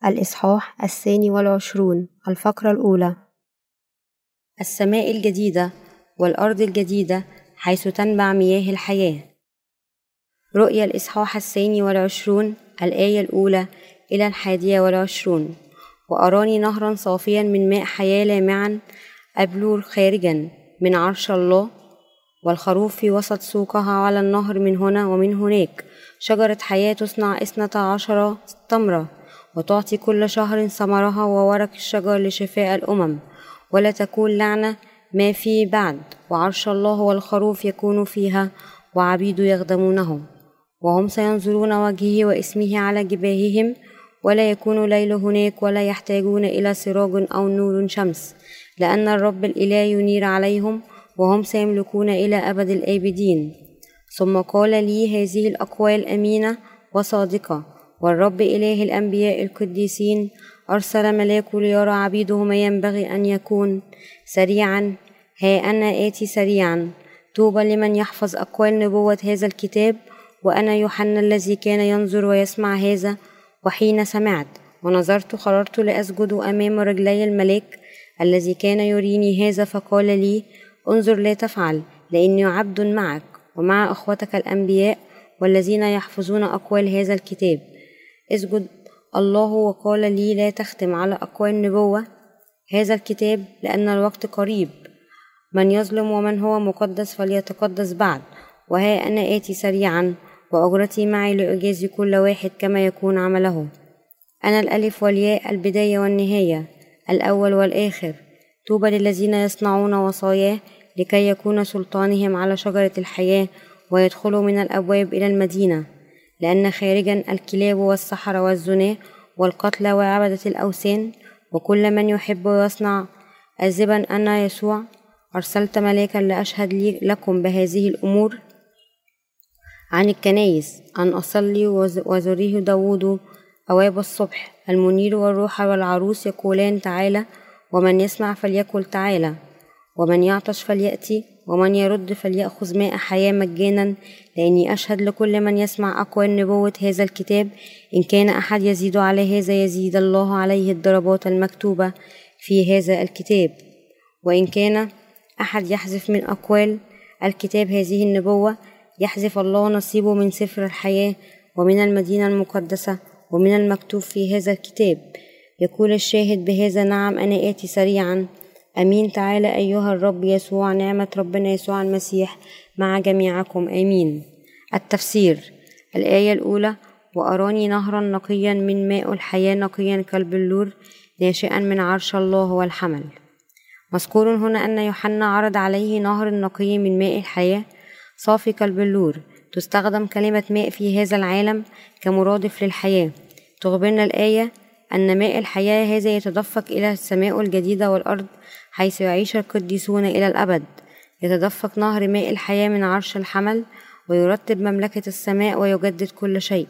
الإصحاح 22 الفقرة الأولى. السماء الجديدة والأرض الجديدة حيث تنبع مياه الحياة. رؤيا الإصحاح 22 الآية الأولى إلى 21. وأراني نهرا صافيا من ماء حياة لامعا أبلور خارجا من عرش الله، والخروف في وسط سوقها على النهر من هنا ومن هناك. شجرة حياة تصنع 12 تمرة، وتعطي كل شهر ثمرها، وورق الشجر لشفاء الأمم، ولا تكون لعنة ما في بعد. وعرش الله والخروف يكون فيها، وعبيد يخدمونه، وهم سينظرون وجهه واسمه على جباههم، ولا يكون ليل هناك، ولا يحتاجون إلى سراج أو نور شمس، لأن الرب الإله ينير عليهم، وهم سيملكون إلى أبد الآبدين. ثم قال لي: هذه الأقوال أمينة وصادقة، والرب إله الأنبياء القديسين أرسل ملاكه ليرى عبيده ما ينبغي أن يكون سريعا. ها أنا آتي سريعا. طوبى لمن يحفظ أقوال نبوة هذا الكتاب. وأنا يوحنا الذي كان ينظر ويسمع هذا. وحين سمعت ونظرت خررت لأسجد أمام رجلي الملاك الذي كان يريني هذا، فقال لي: انظر لا تفعل، لأني عبد معك ومع أخوتك الأنبياء والذين يحفظون أقوال هذا الكتاب. اسجد الله. وقال لي: لا تختم على أقوال نبوة هذا الكتاب، لأن الوقت قريب. من يظلم ومن هو مقدس فليتقدس بعد. وها أنا آتي سريعا، وأجرتي معي لأجازي كل واحد كما يكون عمله. أنا الألف والياء، البداية والنهاية، الأول والآخر. طوبى للذين يصنعون وصاياه، لكي يكون سلطانهم على شجرة الحياة، ويدخلوا من الأبواب إلى المدينة. لأن خارجا الكلاب والسحرة والزنا والقتلى وعبدة الأوثان وكل من يحب ويصنع أذبا أنا يسوع أرسلت ملاكا لأشهد لكم بهذه الأمور عن الكنائس، أن أصلي وزريه داود أواب الصبح. المنير والروح والعروس يقولان: تعالى. ومن يسمع فليقل: تعالى. ومن يعطش فليأتي، ومن يرد فليأخذ ماء حياة مجانا. لأني أشهد لكل من يسمع أقوال نبوة هذا الكتاب، إن كان أحد يزيد على هذا يزيد الله عليه الضربات المكتوبة في هذا الكتاب. وإن كان أحد يحذف من أقوال الكتاب هذه النبوة، يحذف الله نصيبه من سفر الحياة ومن المدينة المقدسة ومن المكتوب في هذا الكتاب. يقول الشاهد بهذا: نعم، أنا آتي سريعا. أمين. تعالى أيها الرب يسوع. نعمة ربنا يسوع المسيح مع جميعكم. آمين. التفسير. الآية الأولى: وأراني نهرا نقيا من ماء الحياة، نقيا كالبلور، ناشئا من عرش الله والحمل. مذكور هنا أن يوحنا عرض عليه نهر نقي من ماء الحياة صافي كالبلور. تستخدم كلمة ماء في هذا العالم كمرادف للحياة. تخبرنا الآية أن ماء الحياة هذا يتدفق إلى السماء الجديدة والأرض حيث يعيش القديسون إلى الأبد. يتدفق نهر ماء الحياة من عرش الحمل، ويرتب مملكة السماء ويجدد كل شيء.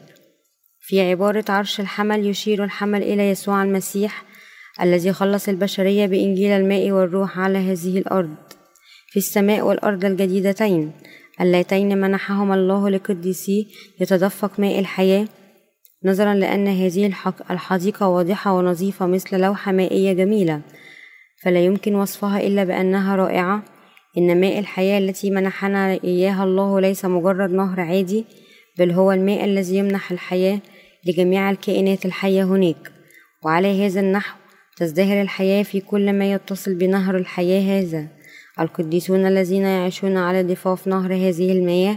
في عبارة عرش الحمل يشير الحمل إلى يسوع المسيح الذي خلص البشرية بإنجيل الماء والروح على هذه الأرض. في السماء والأرض الجديدتين اللتين منحهما الله لقديسيه يتدفق ماء الحياة، نظرا لأن هذه الحديقة واضحة ونظيفة مثل لوحة مائية جميلة، فلا يمكن وصفها إلا بأنها رائعة. إن ماء الحياة التي منحنا إياها الله ليس مجرد نهر عادي، بل هو الماء الذي يمنح الحياة لجميع الكائنات الحية هناك. وعلى هذا النحو تزدهر الحياة في كل ما يتصل بنهر الحياة هذا. القديسون الذين يعيشون على ضفاف نهر هذه المياه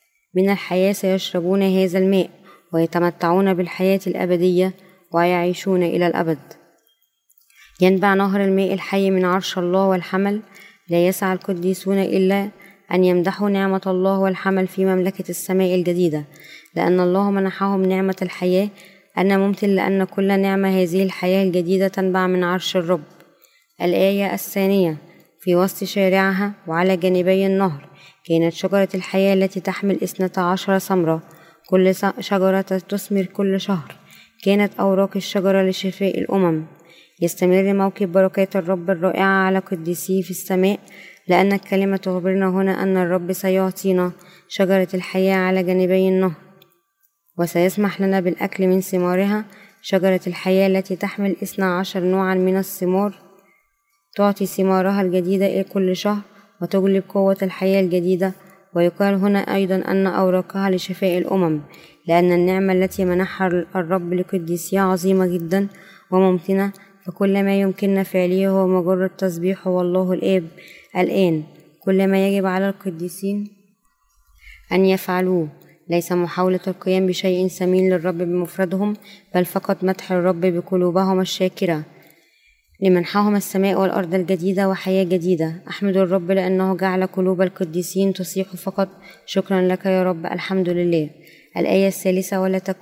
من الحياة سيشربون هذا الماء، ويتمتعون بالحياة الأبدية، ويعيشون إلى الأبد. ينبع نهر الماء الحي من عرش الله والحمل. لا يسعى القديسون إلا أن يمدحوا نعمة الله والحمل في مملكة السماء الجديدة، لأن الله منحهم نعمة الحياة. أنا ممتن لأن كل نعمة هذه الحياة الجديدة تنبع من عرش الرب. الآية الثانية: في وسط شارعها وعلى جانبي النهر كانت شجرة الحياة التي تحمل 12 ثمرة، كل شجرة تثمر كل شهر. كانت أوراق الشجرة لشفاء الأمم. يستمر موكب بركات الرب الرائعة على قديسيه في السماء، لأن الكلمة تخبرنا هنا أن الرب سيعطينا شجرة الحياة على جانبي النهر، وسيسمح لنا بالأكل من ثمارها شجرة الحياة التي تحمل 12 نوعا من الثمار تعطي ثمارها الجديدة كل شهر وتجلب قوة الحياة الجديدة. ويقال هنا أيضا أن أوراقها لشفاء الأمم، لأن النعمة التي منحها الرب لقديسيه عظيمة جدا وممتنة، فكل ما يمكننا فعله هو مجرد تسبيح والله الآب الآن. كل ما يجب على القديسين أن يفعلوه ليس محاولة القيام بشيء ثمين للرب بمفردهم، بل فقط مدح الرب بقلوبهم الشاكرة لمنحهم السماء والأرض الجديدة وحياة جديدة. أحمد الرب لأنه جعل قلوب القديسين تصيح فقط شكرا لك يا رب، الحمد لله. الآية الثالثة: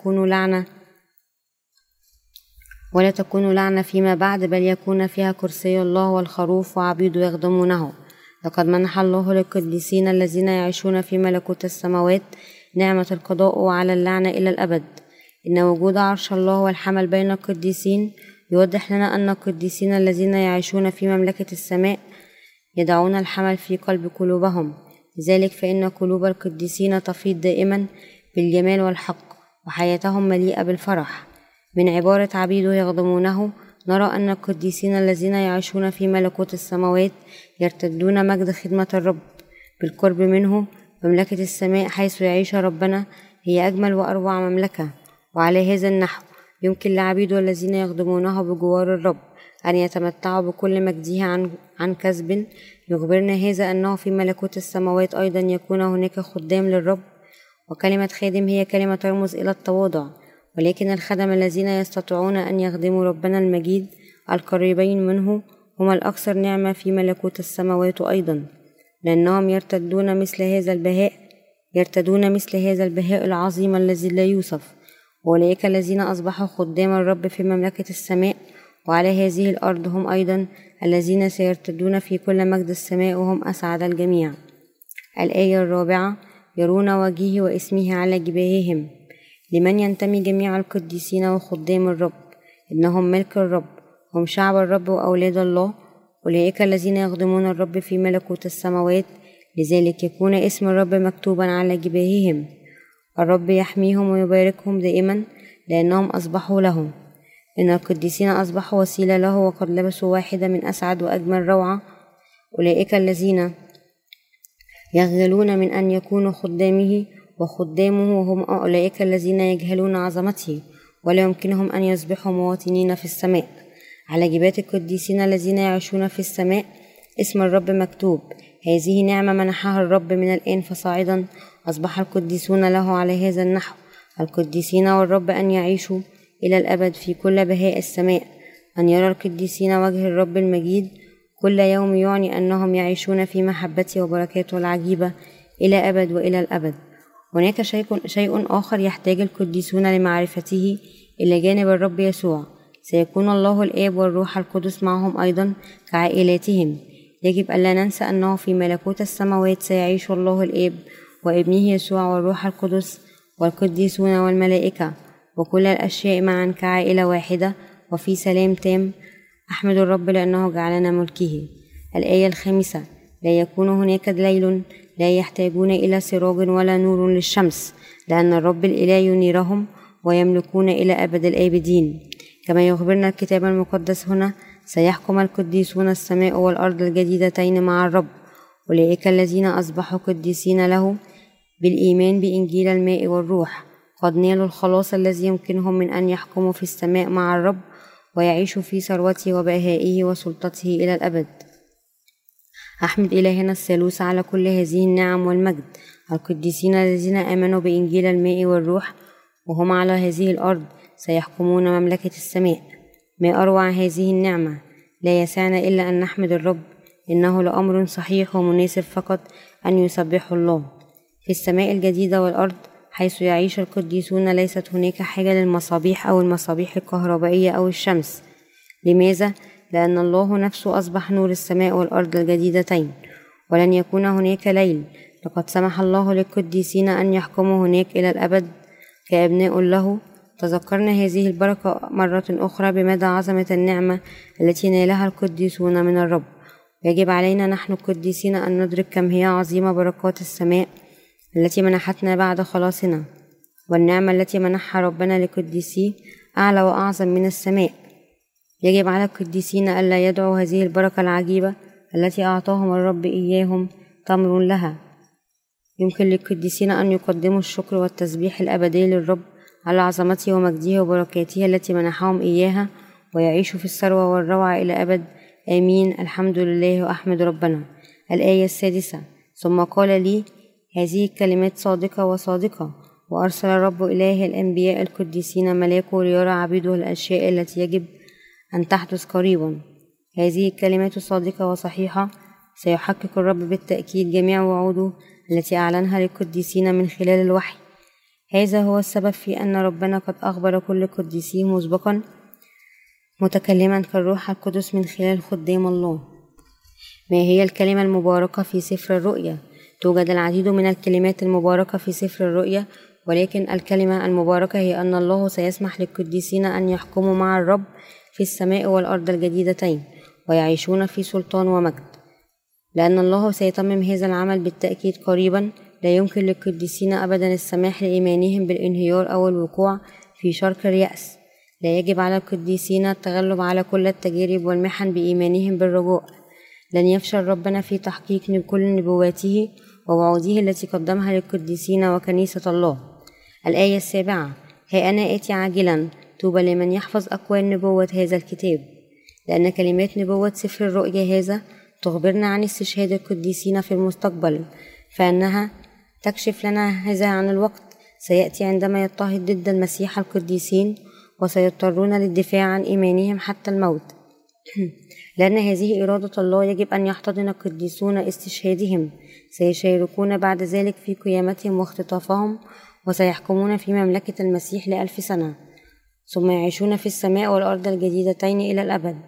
ولا تكون لعنة فيما بعد، بل يكون فيها كرسي الله والخروف وعبيده يخدمونه. لقد منح الله للقديسين الذين يعيشون في ملكوت السماوات نعمة القضاء على اللعنة إلى الأبد. إن وجود عرش الله والحمل بين القديسين يوضح لنا أن القديسين الذين يعيشون في مملكة السماء يدعون الحمل في قلب قلوبهم. لذلك فإن قلوب القديسين تفيض دائما بالجمال والحق، وحياتهم مليئة بالفرح. من عبارة عبيده يخدمونه نرى أن القديسين الذين يعيشون في ملكوت السماوات يرتدون مجد خدمة الرب بالقرب منه. مملكة السماء حيث يعيش ربنا هي أجمل وأروع مملكة، وعلى هذا النحو يمكن لعبيده الذين يخدمونه بجوار الرب أن يتمتعوا بكل مجده عن كسب. يخبرنا هذا أنه في ملكوت السماوات أيضا يكون هناك خدام للرب، وكلمة خادم هي كلمة ترمز إلى التواضع، ولكن الخدم الذين يستطيعون أن يخدموا ربنا المجيد القريبين منه هم الأكثر نعمة في ملكوت السماوات أيضا، لأنهم يرتدون مثل هذا البهاء العظيم الذي لا يوصف. أولئك الذين أصبحوا خدام الرب في مملكة السماء وعلى هذه الأرض هم أيضا الذين سيرتدون في كل مجد السماء، وهم أسعد الجميع. الآية الرابعة: يرون وجهه واسمه على جباههم. لمن ينتمي جميع القديسين وخدام الرب؟ إنهم ملك الرب، هم شعب الرب وأولاد الله، أولئك الذين يخدمون الرب في ملكوت السماوات. لذلك يكون اسم الرب مكتوبا على جباههم. الرب يحميهم ويباركهم دائما لأنهم أصبحوا له. إن القديسين أصبحوا وسيلة له، وقد لبسوا واحدة من أسعد وأجمل روعة. أولئك الذين يخجلون من أن يكونوا خدامه وخدامه هم أولئك الذين يجهلون عظمته ولا يمكنهم أن يصبحوا مواطنين في السماء. على جبات القديسين الذين يعيشون في السماء اسم الرب مكتوب. هذه نعمة منحها الرب من الآن فصاعدا. أصبح القديسون له على هذا النحو القديسين والرب أن يعيشوا إلى الأبد في كل بهاء السماء. أن يرى القديسين وجه الرب المجيد كل يوم يعني أنهم يعيشون في محبته وبركاته العجيبة إلى أبد وإلى الأبد. هناك شيء آخر يحتاج القديسون لمعرفته إلى جانب الرب يسوع. سيكون الله الآب والروح القدس معهم أيضا كعائلاتهم. يجب ألا ننسى أنه في ملكوت السماوات سيعيش الله الآب وابنه يسوع والروح القدس والقديسون والملائكة وكل الأشياء معا كعائلة واحدة وفي سلام تام. أحمد الرب لأنه جعلنا ملكه. الآية الخامسة: لا يكون هناك ليل، لا يحتاجون إلى سراج ولا نور للشمس، لأن الرب الإله ينيرهم ويملكون إلى أبد الآبدين. كما يخبرنا الكتاب المقدس هنا: سيحكم القديسون السماء والأرض الجديدتين مع الرب. أولئك الذين أصبحوا قديسين له بالإيمان بإنجيل الماء والروح قد نالوا الخلاص الذي يمكنهم من أن يحكموا في السماء مع الرب ويعيشوا في ثروته وبهائه وسلطته إلى الأبد. أحمد إلهنا الثالوث على كل هذه النعم والمجد. القديسين الذين آمنوا بإنجيل الماء والروح وهم على هذه الأرض سيحكمون مملكة السماء. ما أروع هذه النعمة! لا يسعنا إلا أن نحمد الرب. إنه لأمر صحيح ومناسب فقط أن يسبحوا الله. في السماء الجديدة والأرض حيث يعيش القديسون ليست هناك حاجة للمصابيح أو المصابيح الكهربائية أو الشمس. لماذا؟ لأن الله نفسه أصبح نور السماء والأرض الجديدتين، ولن يكون هناك ليل. لقد سمح الله للقديسين أن يحكموا هناك إلى الأبد كأبناء له. تذكرنا هذه البركة مرة أخرى بمدى عظمة النعمة التي نالها القديسون من الرب. يجب علينا نحن القديسين أن ندرك كم هي عظيمة بركات السماء التي منحتنا بعد خلاصنا، والنعمة التي منحها ربنا لقديسيه أعلى وأعظم من السماء. يجب على القديسين ألا يدعوا هذه البركة العجيبة التي أعطاهم الرب إياهم تمر لها. يمكن للقديسين أن يقدموا الشكر والتسبيح الأبدي للرب على عظمته ومجده وبركاته التي منحهم إياها، ويعيشوا في الثروة والروعة إلى أبد. آمين. الحمد لله وأحمد ربنا. الآية السادسة: ثم قال لي: هذه الكلمات صادقة وصادقة، وأرسل الرب إله الأنبياء القديسين ملاكه ليرى عبيده الأشياء التي يجب أن تحدث قريبا. هذه الكلمات صادقة وصحيحة. سيحقق الرب بالتأكيد جميع وعوده التي أعلنها للقديسين من خلال الوحي. هذا هو السبب في أن ربنا قد أخبر كل قديسيه مسبقا متكلما كالروح القدس من خلال خدام الله. ما هي الكلمة المباركة في سفر الرؤيا؟ توجد العديد من الكلمات المباركة في سفر الرؤيا، ولكن الكلمة المباركة هي أن الله سيسمح للقديسين أن يحكموا مع الرب في السماء والأرض الجديدتين، ويعيشون في سلطان ومجد. لأن الله سيتمم هذا العمل بالتأكيد قريبا، لا يمكن للقديسين أبدا السماح لإيمانهم بالانهيار أو الوقوع في شرك اليأس. لا يجب على القديسين التغلب على كل التجارب والمحن بإيمانهم بالرجاء. لن يفشل ربنا في تحقيق كل نبواته ووعوده التي قدمها للقديسين وكنيسة الله. الآية السابعة: ها أنا آتي عاجلا، طوبى لمن يحفظ أقوال نبوة هذا الكتاب. لأن كلمات نبوة سفر الرؤيا هذا تخبرنا عن استشهاد القديسين في المستقبل، فإنها تكشف لنا هذا عن الوقت سيأتي عندما يضطهد ضد المسيح القديسين، وسيضطرون للدفاع عن إيمانهم حتى الموت. لأن هذه إرادة الله، يجب أن يحتضن القديسون استشهادهم. سيشاركون بعد ذلك في قيامتهم واختطافهم، وسيحكمون في مملكة المسيح ل1000 سنة، ثم يعيشون في السماء والأرض الجديدتين إلى الأبد.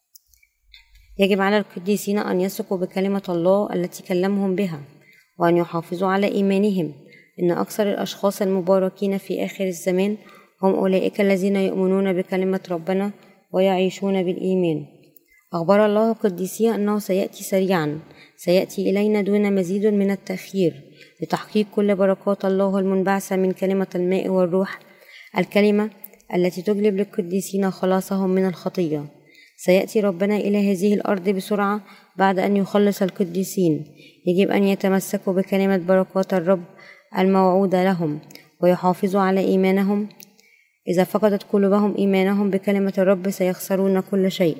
يجب على القديسين أن يثقوا بكلمة الله التي كلمهم بها، وأن يحافظوا على إيمانهم. إن أكثر الأشخاص المباركين في آخر الزمان هم أولئك الذين يؤمنون بكلمة ربنا ويعيشون بالإيمان. أخبر الله قديسيه أنه سيأتي سريعا، سيأتي إلينا دون مزيد من التأخير لتحقيق كل بركات الله المنبعثة من كلمة الماء والروح، الكلمة التي تجلب للقديسين خلاصهم من الخطية. سيأتي ربنا إلى هذه الأرض بسرعة بعد أن يخلص القديسين. يجب أن يتمسكوا بكلمة بركات الرب الموعودة لهم ويحافظوا على إيمانهم. إذا فقدت قلوبهم إيمانهم بكلمة الرب سيخسرون كل شيء.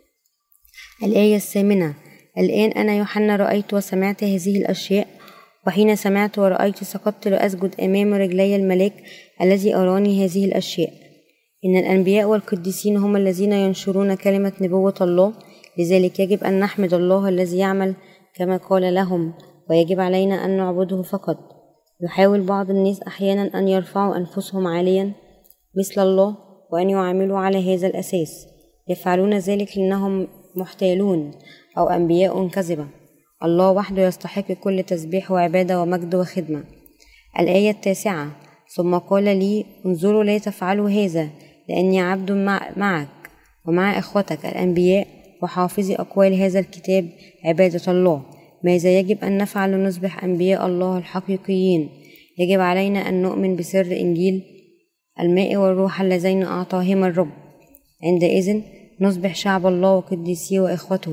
الآية الثامنة: الآن أنا يوحنا رأيت وسمعت هذه الأشياء، وحين سمعت ورأيت سقطت لأسجد أمام رجلي الملاك الذي أراني هذه الأشياء. إن الأنبياء والقديسين هم الذين ينشرون كلمة نبوة الله، لذلك يجب أن نحمد الله الذي يعمل كما قال لهم، ويجب علينا أن نعبده فقط. يحاول بعض الناس أحيانا أن يرفعوا أنفسهم عاليا مثل الله وأن يعاملوا على هذا الأساس. يفعلون ذلك لأنهم محتالون أو أنبياء كذبة. الله وحده يستحق كل تسبيح وعبادة ومجد وخدمة. الآية التاسعة: ثم قال لي: انظروا لا تفعلوا هذا، لأني عبد معك ومع إخوتك الأنبياء وحافظي أقوال هذا الكتاب عبادة الله. ماذا يجب أن نفعل لنصبح أنبياء الله الحقيقيين؟ يجب علينا أن نؤمن بسر إنجيل الماء والروح اللذين أعطاهما الرب. عندئذ نصبح شعب الله وقديسيه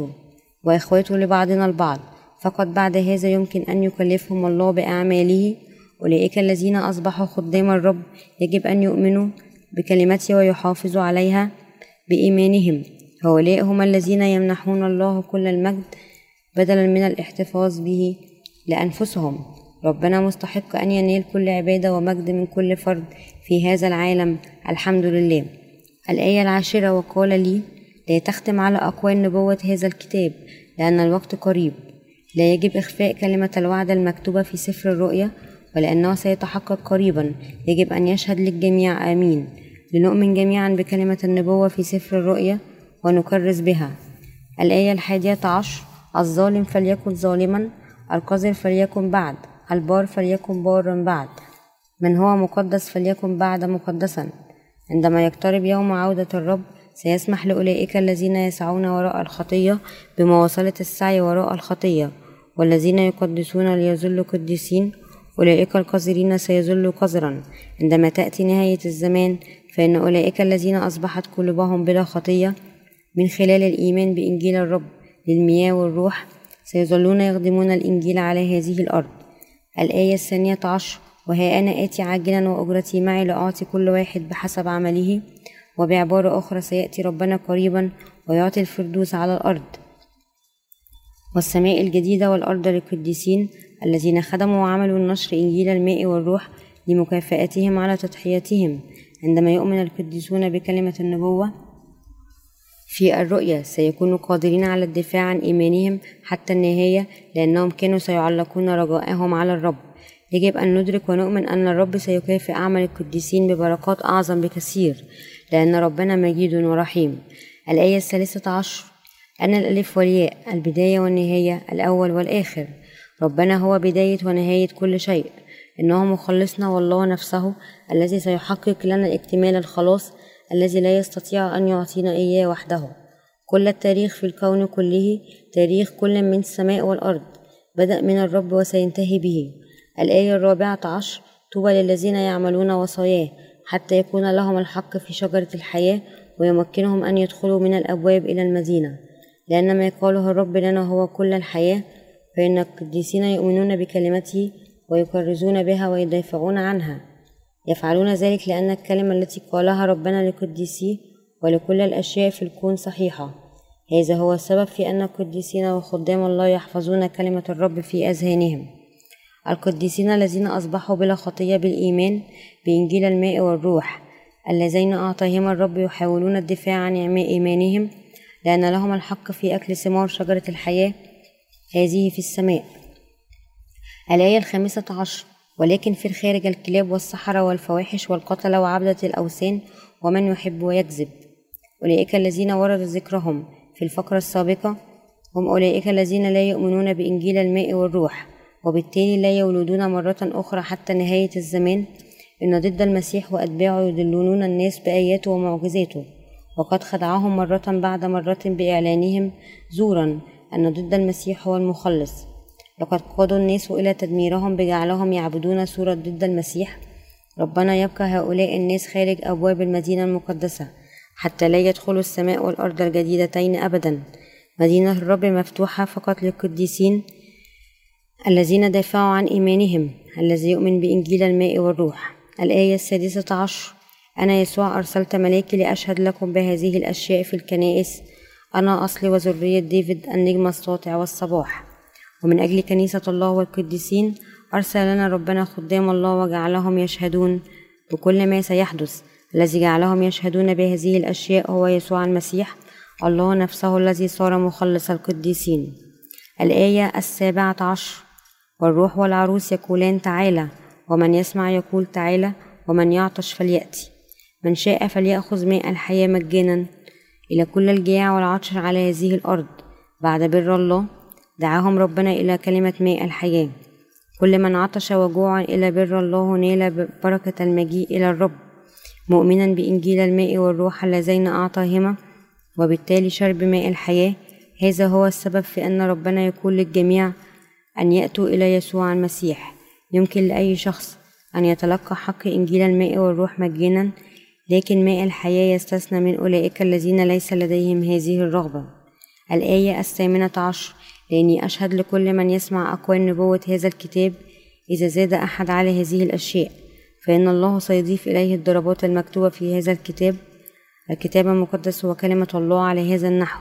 وإخوته لبعضنا البعض. فقط بعد هذا يمكن أن يكلفهم الله بأعماله. أولئك الذين أصبحوا خدام الرب يجب أن يؤمنوا بكلمته ويحافظوا عليها بإيمانهم. هؤلاء هم الذين يمنحون الله كل المجد بدلا من الاحتفاظ به لأنفسهم. ربنا مستحق أن ينال كل عبادة ومجد من كل فرد في هذا العالم. الحمد لله. الآية العاشرة: وقال لي: لا تختم على أقوال نبوة هذا الكتاب، لأن الوقت قريب. لا يجب إخفاء كلمة الوعد المكتوبة في سفر الرؤيا، ولأنه سيتحقق قريبا. يجب أن يشهد للجميع آمين. لنؤمن جميعا بكلمة النبوة في سفر الرؤيا ونكرس بها. الآية 11: الظالم فليكن ظالما، القذر فليكن بعد، البار فليكن بارا بعد، من هو مقدس فليكن بعد مقدسا. عندما يقترب يوم عودة الرب سيسمح لأولئك الذين يسعون وراء الخطية بمواصلة السعي وراء الخطية، والذين يقدسون ليظلوا قديسين. أولئك القذرين سيظلوا قذرا. عندما تأتي نهاية الزمان فإن أولئك الذين أصبحت قلوبهم بلا خطية من خلال الإيمان بإنجيل الرب للمياه والروح سيظلون يخدمون الإنجيل على هذه الأرض. الآية 12: وها أنا آتي عاجلا وأجرتي معي لأعطي كل واحد بحسب عمله. وبعبارة أخرى سيأتي ربنا قريبا ويعطي الفردوس على الأرض. والسماء الجديدة والأرض للقديسين الذين خدموا وعملوا النشر إنجيل الماء والروح لمكافأتهم على تضحيتهم. عندما يؤمن القديسون بكلمة النبوة في الرؤيا سيكونوا قادرين على الدفاع عن إيمانهم حتى النهاية، لأنهم كانوا سيعلقون رجاءهم على الرب. يجب أن ندرك ونؤمن أن الرب سيكافئ عمل القديسين ببركات أعظم بكثير، لأن ربنا مجيد ورحيم. الآية 13: أنا الألف والياء، البداية والنهاية، الأول والآخر. ربنا هو بداية ونهاية كل شيء. إنه مخلصنا والله نفسه الذي سيحقق لنا اكتمال الخلاص الذي لا يستطيع أن يعطينا إياه وحده. كل التاريخ في الكون كله تاريخ كل من السماء والأرض، بدأ من الرب وسينتهي به. الآية 14: طوبى للذين يعملون وصاياه حتى يكون لهم الحق في شجرة الحياة ويمكنهم أن يدخلوا من الأبواب إلى المدينة، لأن ما يقاله الرب لنا هو كل الحياة. فإن القديسين يؤمنون بكلمته ويكرزون بها ويدافعون عنها. يفعلون ذلك لأن الكلمة التي قالها ربنا لقديسيه ولكل الأشياء في الكون صحيحة. هذا هو السبب في أن القديسين وخدام الله يحفظون كلمة الرب في أذهانهم. القديسين الذين أصبحوا بلا خطية بالإيمان بإنجيل الماء والروح اللذين أعطاهما الرب يحاولون الدفاع عن إيمانهم، لأن لهم الحق في أكل ثمار شجرة الحياة هذه في السماء. الآية 15: ولكن في الخارج الكلاب والسحرة والفواحش والقتلة وعبدة الأوثان ومن يحب ويكذب. أولئك الذين ورد ذكرهم في الفقرة السابقة هم أولئك الذين لا يؤمنون بإنجيل الماء والروح، وبالتالي لا يولدون مرة أخرى حتى نهاية الزمان. إن ضد المسيح وأتباعه يضلون الناس بآياته ومعجزاته، وقد خدعهم مرة بعد مرة بإعلانهم زورا أن ضد المسيح هو المخلص. لقد قادوا الناس إلى تدميرهم بجعلهم يعبدون صورة ضد المسيح. ربنا يبقى هؤلاء الناس خارج أبواب المدينة المقدسة حتى لا يدخلوا السماء والأرض الجديدتين أبدا. مدينة الرب مفتوحة فقط للقديسين الذين دافعوا عن إيمانهم الذي يؤمن بإنجيل الماء والروح. الآية 16: أنا يسوع أرسلت ملاكي لأشهد لكم بهذه الأشياء في الكنائس. أنا أصل وذرية ديفيد النجم الساطع والصباح. ومن أجل كنيسة الله والقديسين أرسل لنا ربنا خدام الله وجعلهم يشهدون بكل ما سيحدث. الذي جعلهم يشهدون بهذه الأشياء هو يسوع المسيح الله نفسه الذي صار مخلص القديسين. الآية 17: والروح والعروس يقولان تعالى، ومن يسمع يقول تعالى، ومن يعطش فليأتي، من شاء فليأخذ ماء الحياة مجانا. إلى كل الجياع والعطش على هذه الأرض بعد بر الله دعاهم ربنا إلى كلمة ماء الحياة. كل من عطش وجوع إلى بر الله نال بركة المجيء إلى الرب مؤمنا بإنجيل الماء والروح اللذين أعطاهما، وبالتالي شرب ماء الحياة. هذا هو السبب في أن ربنا يقول للجميع أن يأتوا إلى يسوع المسيح. يمكن لأي شخص أن يتلقى حق إنجيل الماء والروح مجانا، لكن ماء الحياة يستثنى من أولئك الذين ليس لديهم هذه الرغبة. الآية 18: لأني أشهد لكل من يسمع أقوال نبوة هذا الكتاب إذا زاد أحد على هذه الأشياء فإن الله سيضيف إليه الضربات المكتوبة في هذا الكتاب. الكتاب المقدس هو كلمة الله على هذا النحو.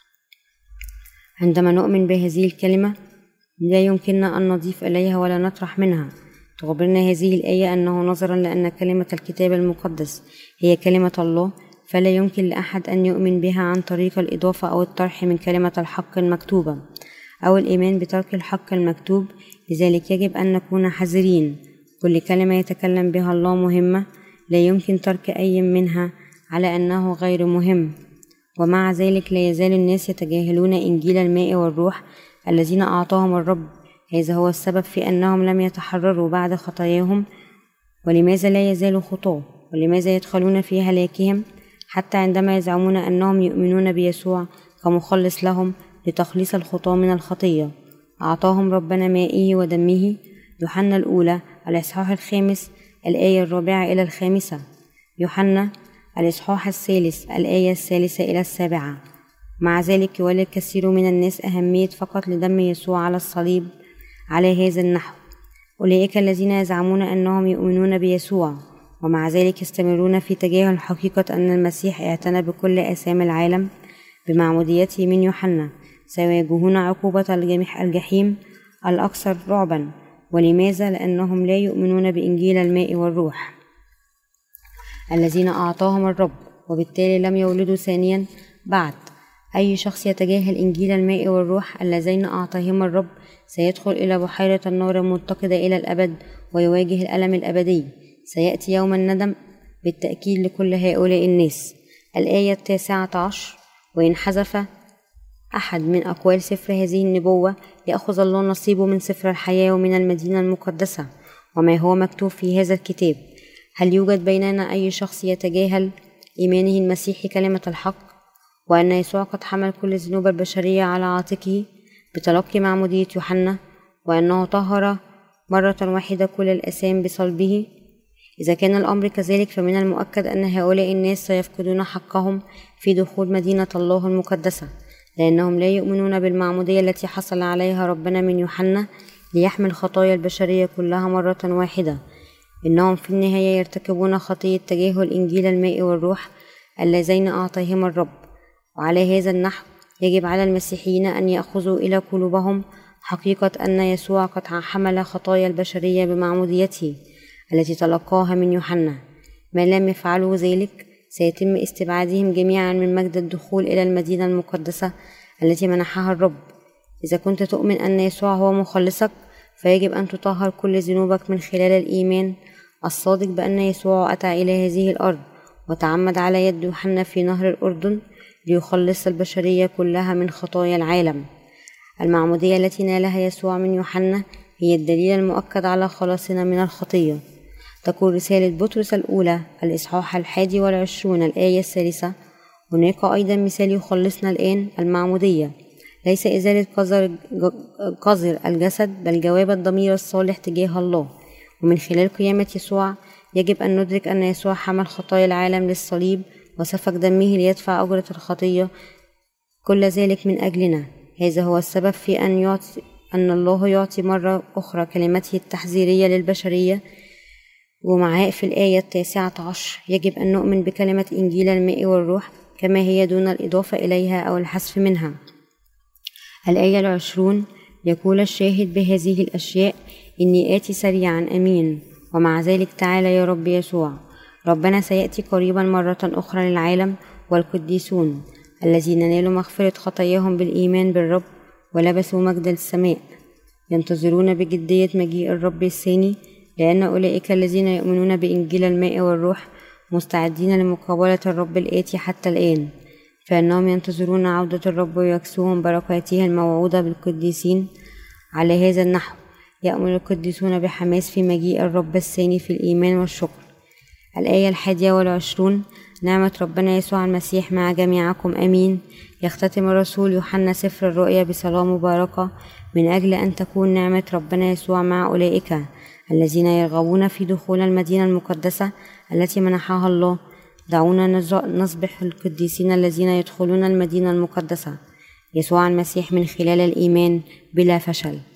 عندما نؤمن بهذه الكلمة لا يمكننا أن نضيف إليها ولا نطرح منها. تخبرنا هذه الآية أنه نظرا لأن كلمة الكتاب المقدس هي كلمة الله فلا يمكن لأحد أن يؤمن بها عن طريق الإضافة أو الطرح من كلمة الحق المكتوبة أو الإيمان بترك الحق المكتوب. لذلك يجب أن نكون حذرين. كل كلمة يتكلم بها الله مهمة، لا يمكن ترك أي منها على أنه غير مهم. ومع ذلك لا يزال الناس يتجاهلون إنجيل الماء والروح الذين أعطاهم الرب. هذا هو السبب في أنهم لم يتحرروا بعد خطاياهم. ولماذا لا يزالوا خطاة؟ ولماذا يدخلون في هلاكهم حتى عندما يزعمون أنهم يؤمنون بيسوع كمخلص لهم لتخليص الخطاة من الخطية؟ أعطاهم ربنا مائه ودمه. يوحنا الأولى الإصحاح 5 الآية 4 إلى 5. يوحنا الإصحاح 3 الآية 3 إلى 7. مع ذلك يولي الكثير من الناس أهمية فقط لدم يسوع على الصليب على هذا النحو. أولئك الذين يزعمون أنهم يؤمنون بيسوع ومع ذلك يستمرون في تجاهل حقيقة أن المسيح اعتنى بكل آثام العالم بمعموديته من يوحنا سيواجهون عقوبة الجحيم الأكثر رعبا. ولماذا؟ لأنهم لا يؤمنون بإنجيل الماء والروح الذين أعطاهم الرب، وبالتالي لم يولدوا ثانيا بعد. أي شخص يتجاهل إنجيل الماء والروح اللذين أعطاهما الرب سيدخل إلى بحيرة النار المتقدة إلى الأبد ويواجه الألم الأبدي. سيأتي يوم الندم بالتأكيد لكل هؤلاء الناس. الآية 19. وإن حذف أحد من أقوال سفر هذه النبوة يأخذ الله نصيبه من سفر الحياة ومن المدينة المقدسة وما هو مكتوب في هذا الكتاب. هل يوجد بيننا أي شخص يتجاهل إيمانه المسيحي كلمة الحق وأن يسوع قد حمل كل ذنوب البشرية على عاتقه بتلقي معمودية يوحنا، وأنه طهر مرة واحدة كل الآثام بصلبه؟ إذا كان الأمر كذلك فمن المؤكد أن هؤلاء الناس سيفقدون حقهم في دخول مدينة الله المقدسة، لأنهم لا يؤمنون بالمعمودية التي حصل عليها ربنا من يوحنا ليحمل خطايا البشرية كلها مرة واحدة. إنهم في النهاية يرتكبون خطية تجاهل إنجيل الماء والروح اللذين أعطاهما الرب. وعلى هذا النحو يجب على المسيحيين أن يأخذوا إلى قلوبهم حقيقة أن يسوع قد حمل خطايا البشرية بمعموديته التي تلقاها من يوحنا. ما لم يفعلوا ذلك سيتم استبعادهم جميعا من مجد الدخول إلى المدينة المقدسة التي منحها الرب. إذا كنت تؤمن أن يسوع هو مخلصك فيجب أن تطهر كل ذنوبك من خلال الإيمان الصادق بأن يسوع أتى إلى هذه الأرض وتعمد على يد يوحنا في نهر الأردن ليخلص البشرية كلها من خطايا العالم. المعمودية التي نالها يسوع من يوحنا هي الدليل المؤكد على خلاصنا من الخطية. تقول رسالة بطرس الأولى الإصحاح 21 الآية 3: هناك أيضا مثال يخلصنا الآن، المعمودية، ليس إزالة قذر الجسد بل جواب الضمير الصالح تجاه الله. ومن خلال قيامة يسوع يجب أن ندرك أن يسوع حمل خطايا العالم للصليب وسفك دمه ليدفع أجرة الخطية، كل ذلك من أجلنا. هذا هو السبب في أن الله يعطي مرة أخرى كلمته التحذيرية للبشرية. ومعها في الآية 19 يجب أن نؤمن بكلمة إنجيل الماء والروح كما هي دون الإضافة إليها أو الحذف منها. الآية 20 يقول الشاهد بهذه الأشياء: إني آتي سريعا، أمين. ومع ذلك تعالى يا رب يسوع. ربنا سيأتي قريبا مرة أخرى للعالم، والقديسون الذين نالوا مغفرة خطاياهم بالإيمان بالرب ولبسوا مجد السماء ينتظرون بجدية مجيء الرب الثاني، لأن أولئك الذين يؤمنون بإنجيل الماء والروح مستعدين لمقابلة الرب الآتي حتى الآن، فإنهم ينتظرون عودة الرب ويكسوهم بركاته الموعودة بالقديسين. على هذا النحو يأمل القديسون بحماس في مجيء الرب الثاني في الإيمان والشكر. الآية 21 نعمة ربنا يسوع المسيح مع جميعكم، أمين. يختتم الرسول يوحنا سفر الرؤيا بصلاة مباركة: من أجل أن تكون نعمة ربنا يسوع مع أولئك الذين يرغبون في دخول المدينة المقدسة التي منحها الله، دعونا نصبح القديسين الذين يدخلون المدينة المقدسة، يسوع المسيح، من خلال الإيمان بلا فشل.